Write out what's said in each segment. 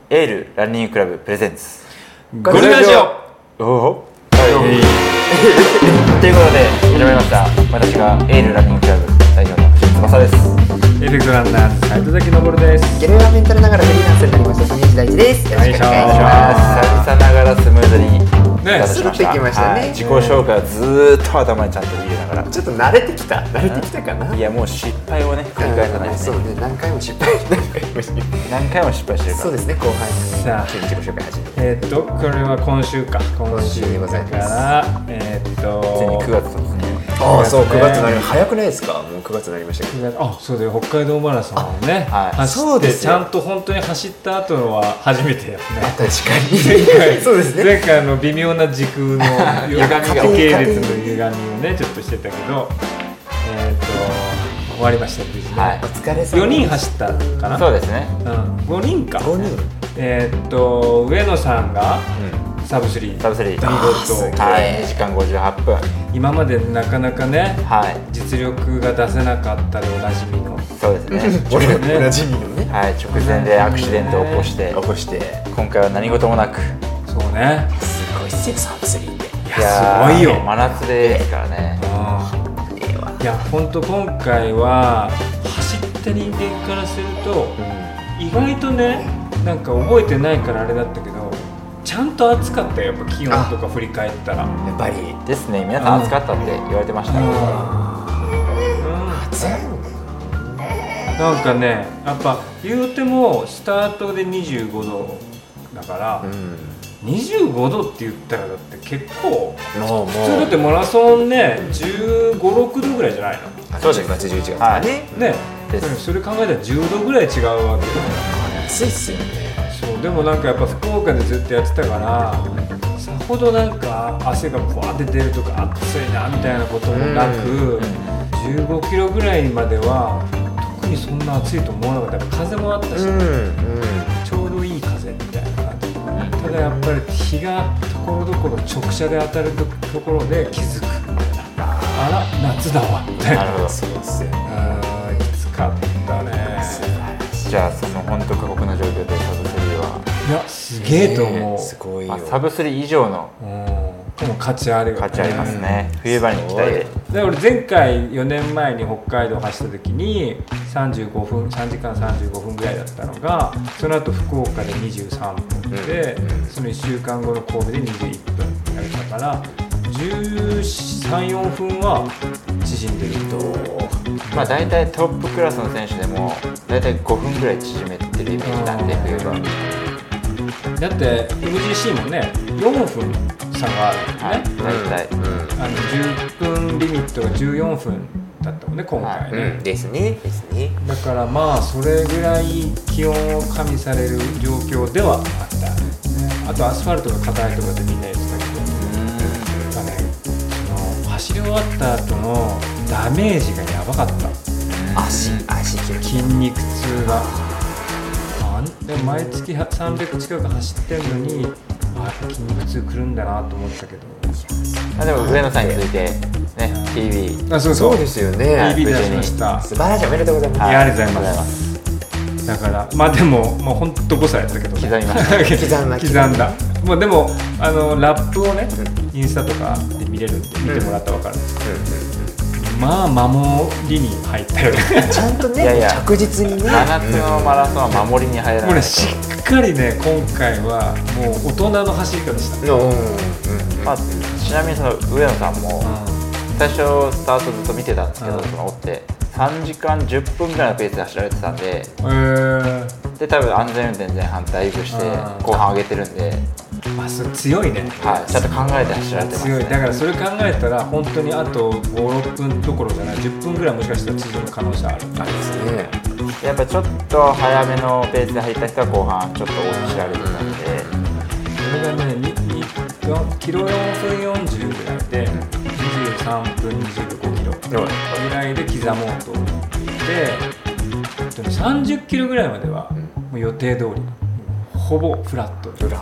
エールランニングクラブプレゼンツゴリラジオ。 おお、ということで始まりました。私がエールランニングクラブ代表の藤井翼です。 エフェクトランナーズ斉藤崎昇です。 ゲレラメンタルながらフリーランスになりました谷口大地です。よろしくお願いします。 久々ながらスムーズにスタートしました。 スルッといきましたね。 自己紹介をずーっと頭にちゃんと入れながら、 ちょっと慣れてきたかな。 いやもう失敗をね繰り返さないとね。 そうね、何回も失敗してるから。そうですね、後輩にさあ急に自己紹介始めて。 これは今週か。今週でございます。 からついに9月突入。 ああ、そう、9月になりました。早くないですか？もう9月になりましたけど。 あ、そうだよ、北海道マラソンをね、走ってちゃんと本当に走った後のは初めてやね。 確かに。そうですね。 前回微妙な時空の時系列の歪みをねちょっとしてたけど、終わりました無事ね。 はい、 お疲れ様。 4人走ったかな。 そうですね。 5人か。 5人。 上野さんがサブ3見事、 はい、2時間58分。 今までなかなかね、 はい、 実力が出せなかったでおなじみの。 そうですね。 おなじみのね。 はい、直前でアクシデントを起こして今回は何事もなく。 そうね。 すごいっすよ、サブ3って。 いや、すごいよ。 真夏ですからね。 いや、本当今回は走った人間からすると、意外とね、なんか覚えてないからあれだったけど、ちゃんと暑かったよ。やっぱ気温とか振り返ったら。 やっぱりですね。皆さん暑かったって言われてました。 暑い。 なんかね、やっぱ言うてもスタートで25度だから、25度って言ったらだって結構普通だってマラソンね15、6度ぐらいじゃないの。 そうです。10月11月ね。それ考えたら10度ぐらい違うわけよ。 暑いっすよね。 そうでもなんかやっぱ福岡でずっとやってたからさほどなんか汗がブワーって出るとか暑いなみたいなこともなく、15キロぐらいまでは特にそんな暑いと思わなかった。風もあったし、ちょうどいい風みたいな感じ。ただやっぱり日がところどころ直射で当たるところで気づくみたいな。あら夏だわみたいな。 なるほど。 そうですよ。 きつかったね。 じゃあその本当過酷な状況でサブ3は。 いやすげえと思う。 すごいよ。 サブ3以上のもう価値あるよね。 価値ありますね。冬場に期待で。 で俺前回4年前に北海道走った時に3時間35分ぐらいだったのが、その後福岡で23分で、その1週間後の神戸で21分やれたから13、4分は縮んでると。 まあ大体トップクラスの選手でも大体5分ぐらい縮めてるイメージなんで、冬場だって MGC もね4分差があるんですね。 大体 10分リミットが14分だったもんね今回ね。 ですね。 だからまあそれぐらい気温を加味される状況ではあったね。あとアスファルトが硬いとかでみんな言ってたけど、やっぱね走り終わった後のダメージがやばかった。 足筋肉痛が。でも毎月300近く走ってるのに筋肉痛くるんだなと思ったけど。 でも上野さんについてね PB。 そうですよね。 PB 出しました。 素晴らしい。おめでとうございます。 ありがとうございます。だからまあでももうほんと誤差やったけど、 刻みました刻んだ。 もうでもラップをねインスタとかで見れるんで見てもらったら分かるんですけど、まあ守りに入ったよね。 ちゃんとね、着実にね。 真夏のマラソンは守りに入らない。 もうねしっかりね今回はもう大人の走り方した。 まあちなみにその上野さんも最初スタートずっと見てたんですけど、その追って3時間10分ぐらいのペースで走られてたんで、で多分安全運転前半だいぶして後半上げてるんで。 それ強いね。 はい、ちゃんと考えて走られてますね。 強い。だからそれ考えたら本当にあと5、6分どころじゃない10分ぐらいもしかしたら縮む可能性ある。 ですね。 やっぱちょっと早めのペースで入った人は後半ちょっと落ちられてたんで、 それがねキロ4分40ぐらいで23分25キロぐらいで刻もうと思って30キロぐらいまではもう予定通りほぼフラット23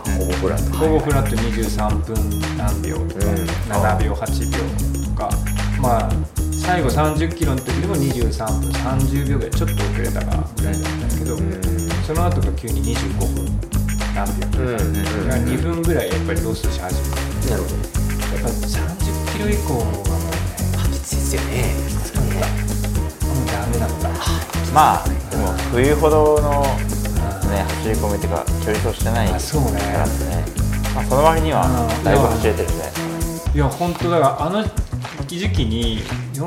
分何秒とか7秒8秒とか、まあ最後30キロの時でも23分30秒ぐらいちょっと遅れたかぐらいだったんだけど、その後が急に25分なんていうの、だから2分ぐらいやっぱりロスし始めて、 なるほど。 やっぱ30キロ以降がもうねきついですよね。 もうダメだった。 まあでも冬ほどのね走り込みっていうか距離走してないからそうね。 まあその割にはだいぶ走れてるんじゃないですかね。 いや本当だから時期に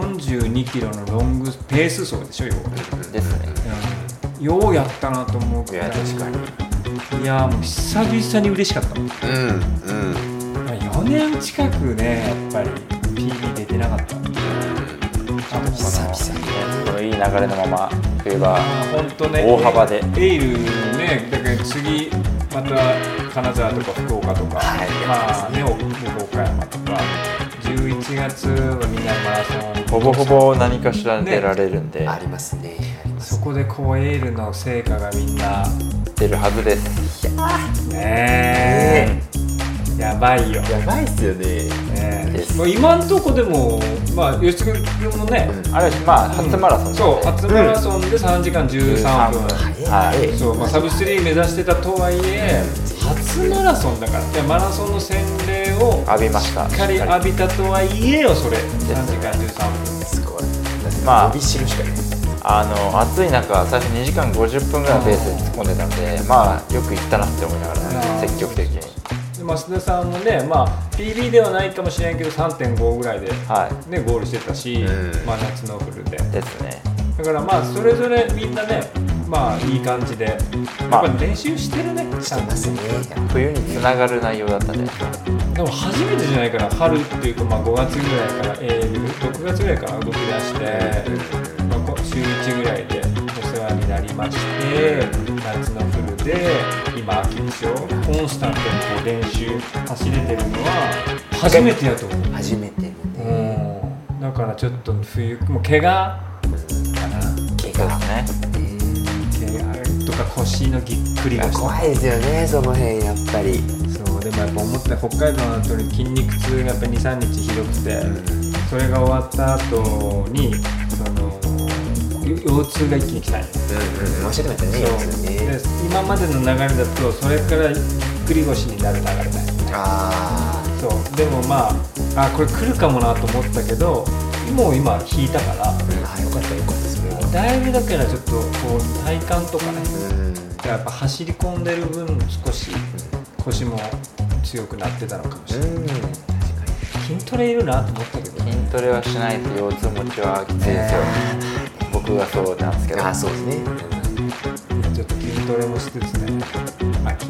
42キロのロングペース走でしょよ。 ですね。 ようやったなと思うくらい。 いや確かに。 いやもう久々に嬉しかったもん。4年近くねやっぱり PB 出てなかった。 久々にこのいい流れのまま冬場本当ね大幅でエイルねだから次また金沢とか福岡とか、まあね岡山とか11月はみんなマラソンほぼほぼ何かしら出られるんで、 ありますね。 そこでこうエールの成果がみんな出るはずです。 ねえ、やばいよ。 やばいっすよね。 もう今んとこでもまあ吉津君もね、 あれまあ初マラソンそう初マラソンで3時間13分、はいそうまあサブ3目指してたとはいえ初マラソンだから、マラソンの洗礼を浴びました。 しっかり浴びたとはいえよそれ3時間13分すごい。 まあ伸びしろしかない。 暑い中最初2時間50分ぐらいのペースで突っ込んでたんで、まあよく行ったなって思いながら積極的に。 増田さんもね、まあ、PB ではないかもしれないけど 3.5 ぐらいで、ねゴールしてたし、まあ、夏のフルでですね。 だからまあそれぞれみんなねまあいい感じでやっぱり練習してるね、 してますね。 冬につながる内容だったんで。 でも初めてじゃないから春っていうかまあ5月ぐらいから6月ぐらいから動き出して、まあ、週1ぐらいでお世話になりまして、夏のフルで今秋でしょ、コンスタントにこう練習走れてるのは初めてやと思う。 初めて。 だからちょっと冬もう怪我かな。 怪我ですね。 怪我とか腰のぎっくり腰怖いですよねその辺やっぱり。 そうでもやっぱ思った北海道の後に筋肉痛がやっぱ 2,3 日ひどくて、それが終わった後にその腰痛が一気に来たんよ。 おっしゃってましたね。 そうで今までの流れだとそれからぎっくり腰になる流れだよね。そうでもまあこれ来るかもなと思ったけどもう今引いたから、 よかったよかったそれは。 だいぶだからちょっとこう体幹とかね、やっぱ走り込んでる分少し腰も強くなってたのかもしれない。筋トレいるなと思ったけど、 筋トレはしないと腰痛持ちはきついですよ。僕がそうなんですけど。 そうですね。 ちょっと筋トレもしつつね、秋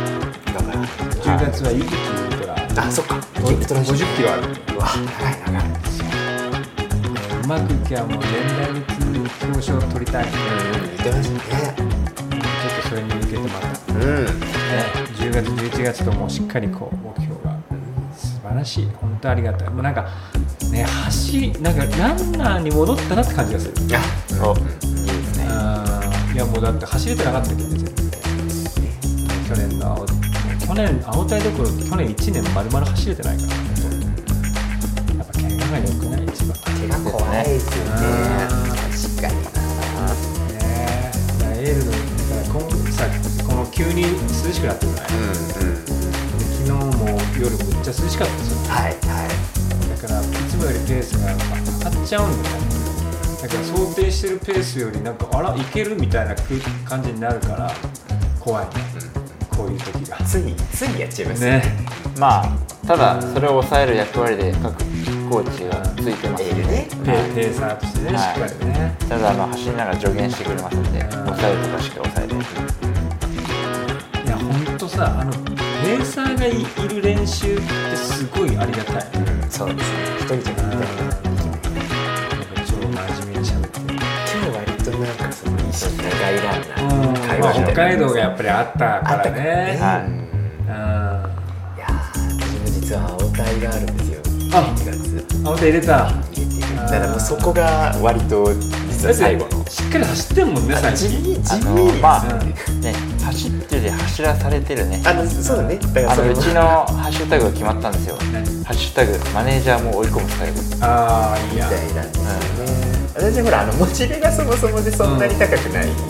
10月は息筋トラ、 そっか 50キロある。 うわ長い長い。 うまくいけばもう年代別表彰を取りたい。 言ってましたね。 ちょっとそれに向けてまた、10月11月ともしっかりこう目標が素晴らしい。本当ありがたい。もうなんかねなんかランナーに戻ったなって感じがする。 そういいですね。 いやもうだって走れてなかったけど全然。去年青体どころ去年1年丸々走れてないから、やっぱ怪我が良くない一番。 怪我怖いですよね。確かにな。エールのこの急に涼しくなってるじゃない。昨日も夜めっちゃ涼しかったですよ。だからいつもよりペースが上がっちゃうんだよね。だから想定してるペースよりなんかいけるみたいな感じになるから怖いね。こういう時がついやっちゃいますね。 まあただそれを抑える役割で各コーチがついてますので、 ペーサーとしてね、しっかりね。 ただ走りながら助言してくれますので、抑えるとかしっかり抑えて。 いや本当さペーサーがいる練習ってすごいありがたい。 そうですね。一人じゃなくて超真面目に喋ってる。 今日割となんかその意識長いランナー会話北海道がやっぱりあったからね。 いや私も実は青体があるんですよ。2月青体入れた。 だからもうそこが割と実は最後の。 しっかり走ってんもんね最近。 まあね走ってる走らされてるね。 そうだね。だからうちのハッシュタグが決まったんですよ。ハッシュタグマネージャーも追い込むスタイル。 いいや。 みたいなんですよね。私ほらモチベがそもそもでそんなに高くない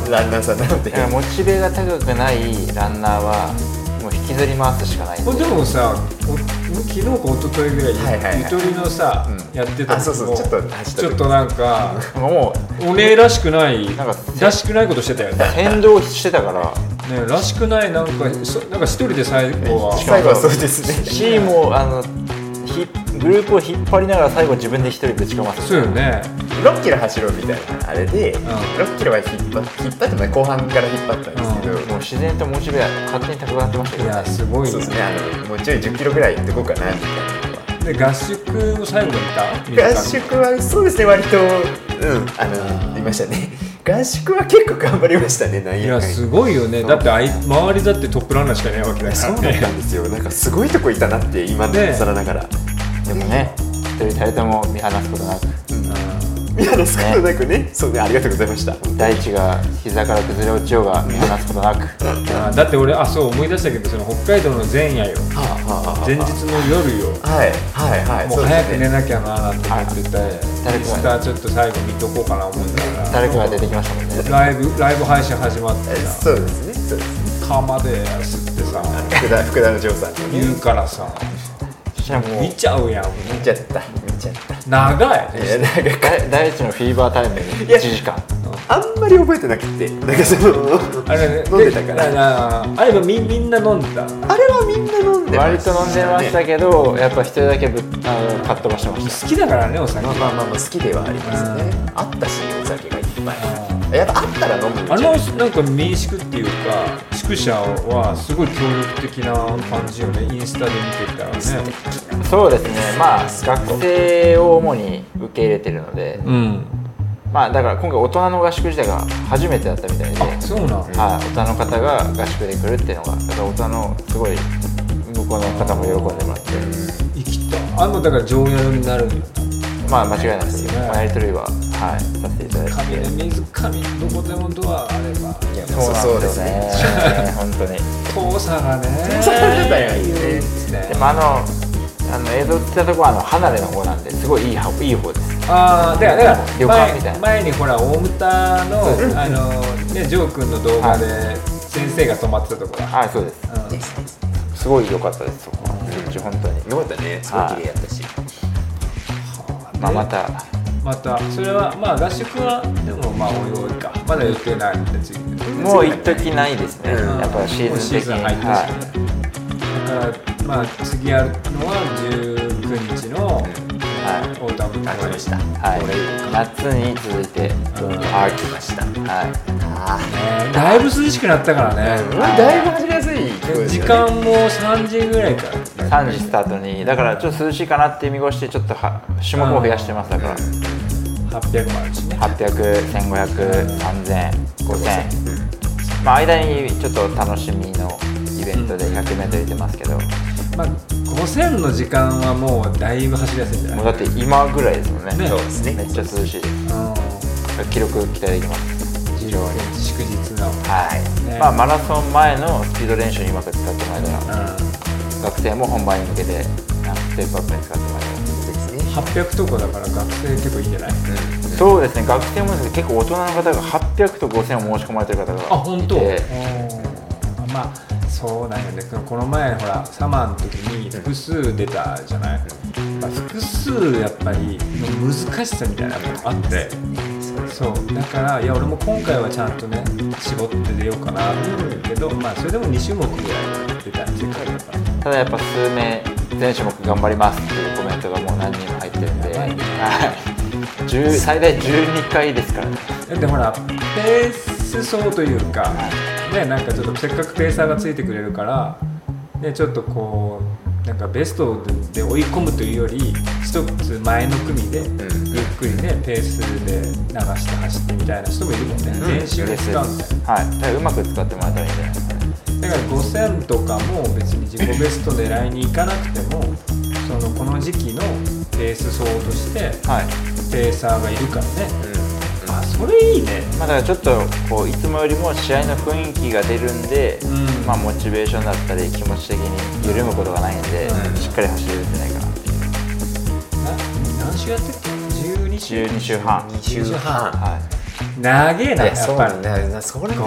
ランナーさんなので、 だからモチベが高くないランナーはもう引きずり回すしかないんで。 でもさ、昨日か一昨日ぐらいにゆとりのさ、やってた時もちょっとなんかもうお姉らしくないことしてたよね。 先導してたからね、らしくないなんか一人で最後はそうですね。 チームをグループを引っ張りながら最後自分で一人ぶちかます。 そうよね。 6キロ走ろうみたいなあれで、6キロは引っ張っても後半から引っ張ったんですけど、 もう自然とモチベが勝手に高くなってましたけど、 いやすごい。 そうですね。もうちょい10キロぐらい行ってこうかなみたいな。 で合宿を最後に見た。 合宿はそうですね、割といましたね。合宿は結構頑張りましたね。 いやすごいよね。だって周りだってトップランナーしかいないわけだからね。 そうだったんですよ。なんかすごいとこいたなって今更ながら。 でもね、一人たりとも見放すことなく、 見放すことなくね。そうね、ありがとうございました。 大地が膝から崩れ落ちようが見放すことなく。 だって俺そう思い出したけど、その北海道の前夜よ、前日の夜よ。もう早く寝なきゃなーなんて思ってて、インスタちょっと最後見とこうかな思ったら、 誰かが出てきましたもんね。 ライブ配信始まってさ、 そうですね、そうですね。 釜で吸ってさ、 福田の嬢さんに言うからさ、見ちゃうやん。 見ちゃった。 長い。 大地のフィーバータイムに1時間。 あんまり覚えてなくて、なんかあれ飲んでたから。 あれはみんな飲んだ。 あれはみんな飲んでました。 割と飲んでましたけど、やっぱ一人だけかっ飛ばしてました。 好きだからね、お酒。 まあ好きではありますね。あったし、お酒がいっぱい。やっぱあったら飲む。 なんか民宿っていうか宿舎はすごい協力的な感じよね。インスタで見てたらね。 そうですね。まあ学生を主に受け入れてるので、まあだから今回大人の合宿自体が初めてだったみたいで、 そうなん。 大人の方が合宿で来るっていうのが、だから大人のすごい向こうの方も喜んでもらって、 生きた。だから常宿になるんだ。 まあ間違いないですけど、やり取りはさせていただいて、 紙で水紙どこでもドアあれば。 そうですね。 本当に遠さがね。 だよね。 でも映像映ったところは離れの方なんで、すごいいい方です。 だから旅館みたいな。 前にほら大牟田のね、ジョー君の動画で先生が泊まってたところ。 そうです。すごい良かったです。そこは本当に良かったね。すごい綺麗やったし。 またそれは合宿はでもおいおいか、まだ予定ないんで次。 もう一時ないですね。やっぱシーズン的に。 入ってるしね。だから次やるのは19日のオータムに来ました。 夏に続いて来ました。 だいぶ涼しくなったからね。 だいぶ走りやすい。 時間も3時ぐらいから。 3時スタートに、だからちょっと涼しいかなって見越してちょっと種目を増やしてます。だから 800もあるしね。 800、1500、3000、5000。間にちょっと楽しみのイベントで 100m 出てますけど、 5000の時間はもうだいぶ走りやすいんじゃない？ もうだって今ぐらいですもんね。 そうですね。 めっちゃ涼しいです。記録期待できます。 非常に祝日の。 マラソン前のスピード練習にうまく使ってもらえたら、学生も本番に向けてステップアップに使ってもらえたら。 800とかだから学生結構いいんじゃない？ そうですね。学生も結構大人の方が800と5000を申し込まれてる方がいて。 本当？そうなんよね。この前ほらサマーの時に複数出たじゃない。複数やっぱりの難しさみたいなのがあって、そうだから俺も今回はちゃんとね絞って出ようかなと思うけど、それでも2種目ぐらい出たんですよ。 ただやっぱ数名全種目頑張りますっていうコメントがもう何人も入ってるんで、最大12回ですからね。 でほらペース走というか、なんかちょっとせっかくペーサーがついてくれるから、ちょっとこうなんかベストで追い込むというより一つ前の組でゆっくりねペースで流して走ってみたいな人もいるもんね。練習で使うんだよ。 だからうまく使ってもらったらいいんじゃないですかね。 だから5000とかも別に自己ベスト狙いに行かなくてもこの時期のペース走としてペーサーがいるからね。それいいね。 だからちょっとこういつもよりも試合の雰囲気が出るんで、モチベーションだったり気持ち的に緩むことがないんで、しっかり走れるんじゃないかなっていう。 何週やってるっけ？12週半。 2週半。 長えな、やっそうぱりなんだよな、それね。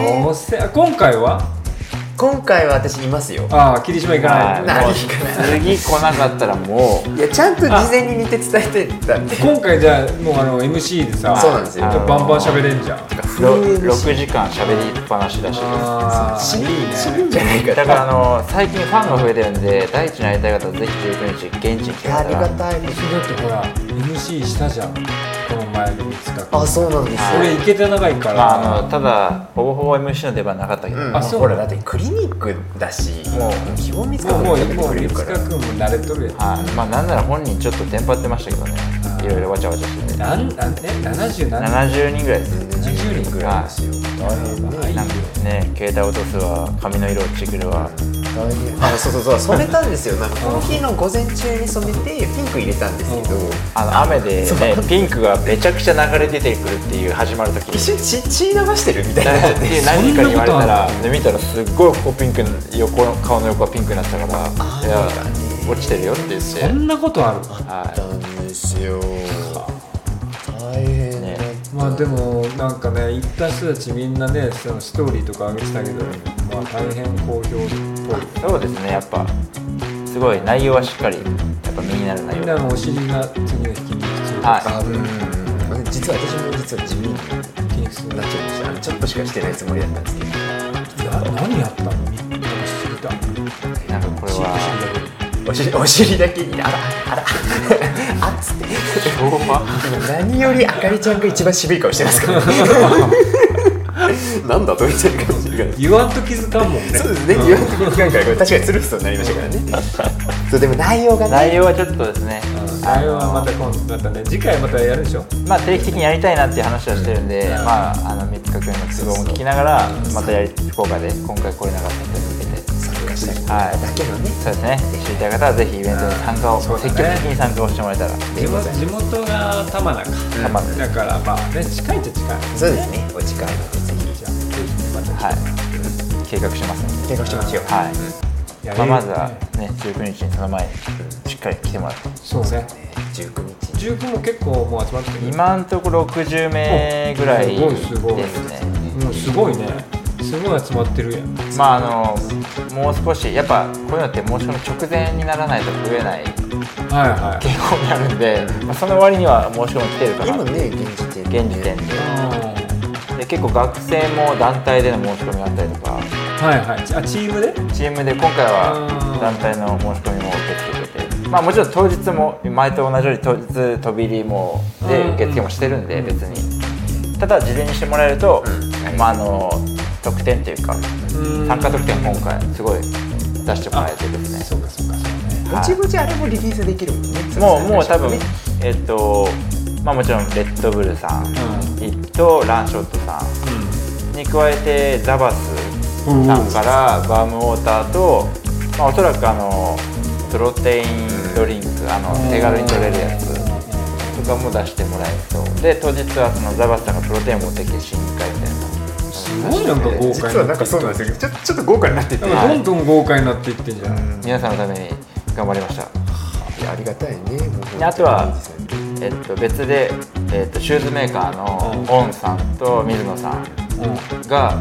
今回は私いますよ。 ああ、霧島行かない。 もう次来なかったらもういや、ちゃんと事前に見て伝えてたんで。 今回じゃあもうMC でさ、 そうなんですよ。 バンバン喋れんじゃん。 6時間喋りっぱなしだし死ぬいいね。 んじゃないか。 だから最近ファンが増えてるんで、第一にやりたい方はぜひ19日現地に来てくだありさい。 がたい。 だってほら MC したじゃん、この前の3日間。 あ、そうなんですよ。 俺行けてないから、 まあただほぼほぼ MC の出番なかったけど、 うん、 あ、そうほらだってクリニックだし、もう基本見つかもうってくれる三から。 塚君も慣れとるやん。 はい、まあなんなら本人ちょっとテンパってましたけどね、いろいろわちゃわちゃしてて。 70何 70人ぐらいです。 20人ぐらいですよ。大変ね。 なんかね、携帯落とすわ、髪の色落ちてくるわ。 大変。あ、そうそうそう、染めたんですよ。なんかこの日の午前中に染めてピンク入れたんですけど、 雨でね、ピンクがめちゃくちゃ流れ出てくるっていう始まるときに、 一瞬血流してるみたいになっちゃって。 何かに言われたら、 そんで見たらすっごいここピンクの横の顔の横がピンクになってたから、いや落ちてるよって言って。 そんなことある。 はたんですよ。大変ねまあでもなんかね、行った人たちみんなね、そのストーリーとか上げてたけど、まあ大変好評っぽい。 そうですね、やっぱすごい内容はしっかりやっぱ身になる内容。 みんなのお尻が次の日筋肉痛とか、 はいあ、実は私も実は地味に筋肉痛になっちゃなっちゃいました。ちょっとしかしてないつもりだったんですけど。 う。何やったの？なんか知りたい。 なんかこれはお尻だけにあらあっつって。 昭和何よりあかりちゃんが一番渋い顔してますからね。なんだと言ってる感じが。 言わんと気づかんもんね。 そうですね。言わんと気づかんからこれ確かにスルースになりましたからね。そうでも内容がね。 内容はちょっとですね、 内容はまた今度またね、次回またやるでしょ。 まあ定期的にやりたいなっていう話はしてるんで、まあ三塚君の都合も聞きながらまたやり福岡で今回来れなかった人に向けて、 参加したいはい、 だけのね。 そうですね、知りたい方はぜひイベントに参加を、 そうだね積極的に参加をしてもらえたら。 地元が玉名か。 玉名だからまあね、近いっちゃ近い。 そうですね。お近いのでぜひじゃあぜひまたはい、計画してますので、 計画してますよ。 はい、 やまあ、まずはね19日にその前にしっかり来てもらって、 そうね。 19日。 19も結構もう集まってる。 今のところ60名ぐらいすごいですね。 もうすごいね。すごい集まってるやん。 まあもう少しやっぱこういうのって申し込み直前にならないと増えないはいはい。 傾向にあるんで、まあ、その割には申し込み来てるかな今ね現時点現時点で結構学生も団体での申し込みがあったりとか、 はいはい。あ、チームで？ チームで今回は団体の申し込みも受け付けてて、まあもちろん当日も前と同じように当日飛び入りもで受付もしてるんで別に、ただ事前にしてもらえると、まあ特典というか参加特典今回すごい出してもらえてですね。 そうかそうかそうね。 ぼちぼちあれもリリースできるもんね。 もう多分まあもちろんレッドブルさん、とランショットさんに加えてザバスさんからバームウォーターと、まあ、おそらくプロテインドリンク手軽に取れるやつとかも出してもらえそうで、当日はそのザバスさんがプロテインを持ってきて試飲会みたいな。 すごいなんか豪華になっていってる。 実はなんかそうなんですよ。ちょっと豪華になってて、 どんどん豪華になっていってんじゃん。 皆さんのために頑張りました。 いやありがたいね。 であとは別で、シューズメーカーのオンさんと水野さんが、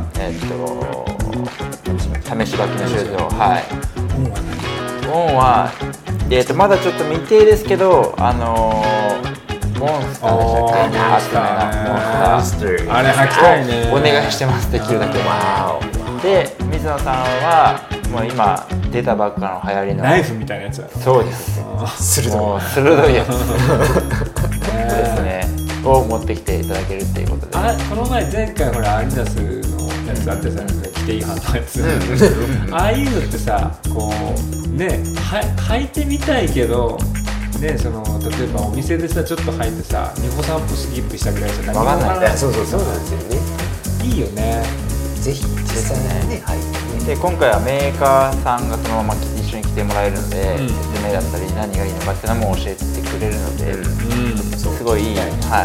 試し履きのシューズを、はい、オンは、まだちょっと未定ですけど、モンスターでしたっけ、モンスターあれ履きたいね。 お願いしてます、できるだけ。で水野さんはもう今出たばっかの流行りのナイフみたいなやつだろ。 そうです、 鋭い鋭いやつですねを持ってきていただけるっていうことで、 この前回ほらアディダスのやつあってさ、規定違反のやつ、ああいうのってさ、こうね履いてみたいけどね、例えばお店でさちょっと履いてさ2歩3歩スキップしたぐらいじゃ分かんない。 いやそうなんですよね。 いいよね。 ぜひ実際にねで今回はメーカーさんがそのまま一緒に来てもらえるので、説明だったり何がいいのかっていうのも教えてくれるので、すごいいい、はい、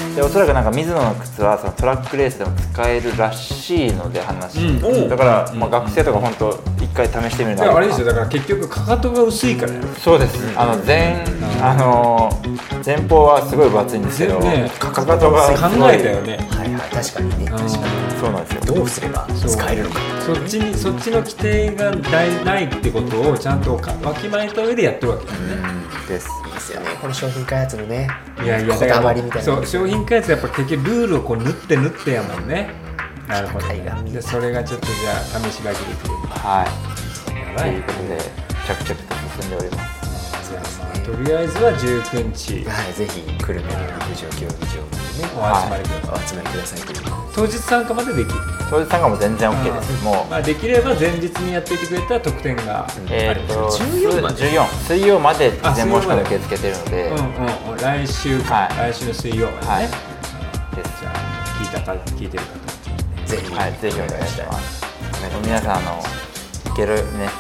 でおそらくなんか水野の靴はそのトラックレースでも使えるらしいので話、だから、まあ、学生とか本当一回試してみるのあれですよ。だから結局かかとが薄いからね。 そうです、前方はすごい分厚いんですけど、かかとが考えたよね。 確かにね、確かにそうなんですよ。 どうすれば使えるのか、 そっちの規定がないってことをちゃんとわきまえた上でやってるわけですね。 ですよね、この商品開発のね、 いやこだわりみたいな。 そう、商品開発やっぱ結局ルールをこう塗ってやもんね。なるほど、ね。でそれがちょっとじゃあ試し書きできる。 はい。ということで着々と進んでおります。 そうですね。 とりあえずは19日、 はい、ぜひ久留米の陸上競技場にね、 お集まりくださいという。当日参加までできる。 当日参加も全然 OK です。もう、 まあ、できれば前日にやっていてくれたら特典が 14 水曜まで事前申し込み受け付けてるので、 来週の水曜までね。 です。 じゃあ聞いてる方ぜひお願いします。皆さんゲロ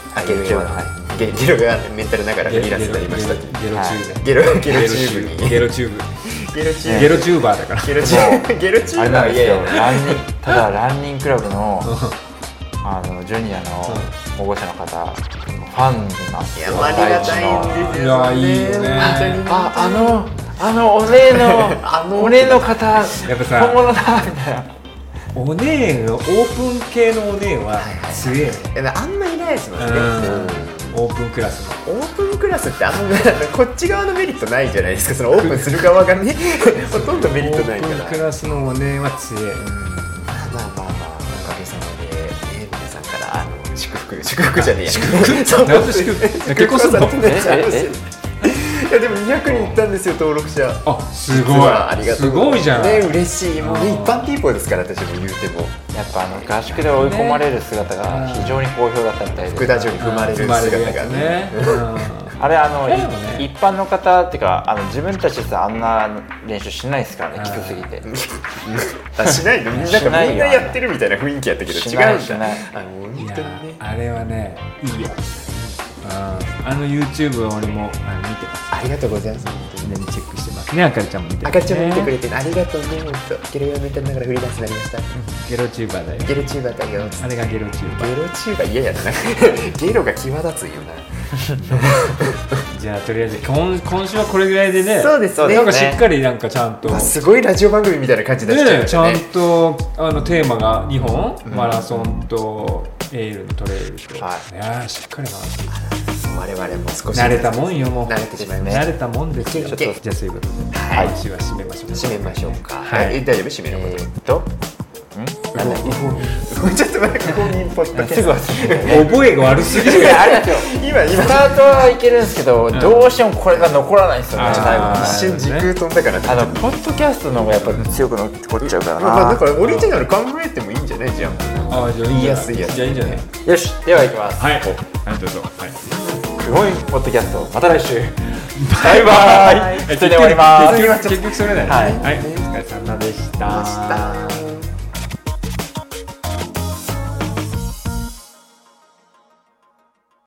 がメンタルながらフリーランスになりました。ゲロチューバーだから。 ゲロチューバーいやただランニングクラブのジュニアの保護者の方ファンなんですよ。 ありがたいんですよ。 いいよね。 お姉の方やっぱさ本物だみたいな。 お姉のオープン系のお姉は強え。 あんまいないですもんね。 オープンクラスの。 オープンクラスってこっち側のメリットないじゃないですか。そのオープンする側がねほとんどメリットないから。 オープンクラスのお姉は強え。 まあおかげさまで皆さんから祝福じゃねえや。祝福結婚するの？ いやでも200人いったんですよ、登録者。 あ、すごい。 ありがとう。 すごいじゃん。 ね、嬉しい。もうね、一般ピーポーですから、私も言うても。 やっぱ合宿で追い込まれる姿が非常に好評だったみたいで。 福田城に踏まれる姿がね。 あれ一般の方っていうか自分たちであんな練習しないですからね、きつすぎて。 しないの？みんなやってるみたいな雰囲気やったけど違うんだ。 あれはね、いいよ。YouTube は俺も見てます。 ありがとうございます。 みんなにチェックしてますね。あかりちゃんも見てます。 あかりちゃんも見てくれてありがとうね。本当。ゲロ用メンタルながらフリーランスになりました。 ゲロチューバーだよ。 ゲロチューバーだよ。 あれがゲロチューバー。 ゲロチューバー嫌やな。ゲロが際立つよな。 じゃあとりあえず今週はこれぐらいでね。 そうですね。 なんかしっかりなんかちゃんとすごいラジオ番組みたいな感じでちゃんとテーマが2本、マラソンとエールのトレイルと、しっかり回って我々も少し慣れたもんよ。もう慣れてしまいました。 慣れたもんですよ。じゃあそういうことで今週は締めましょう。 締めましょうか。 はい大丈夫？締めることなんだちょっと待って、不本人ポッドキャスト覚えが悪すぎる。 あれなんですよ。今スタートはいけるんですけど、どうしてもこれが残らないんですよね。 一瞬時空飛んだから。 ポッドキャストの方がやっぱ強く残っちゃうからな。 だからオリジナル考えてもいいんじゃないじゃん。 じゃあ言いやすいやつ。 じゃあいいんじゃない。 よし、では行きます。 はい。どうぞ。 すごいポッドキャスト、また来週。バイバイ。それで終わります。 結局それだよね。はい。お疲れ様でした。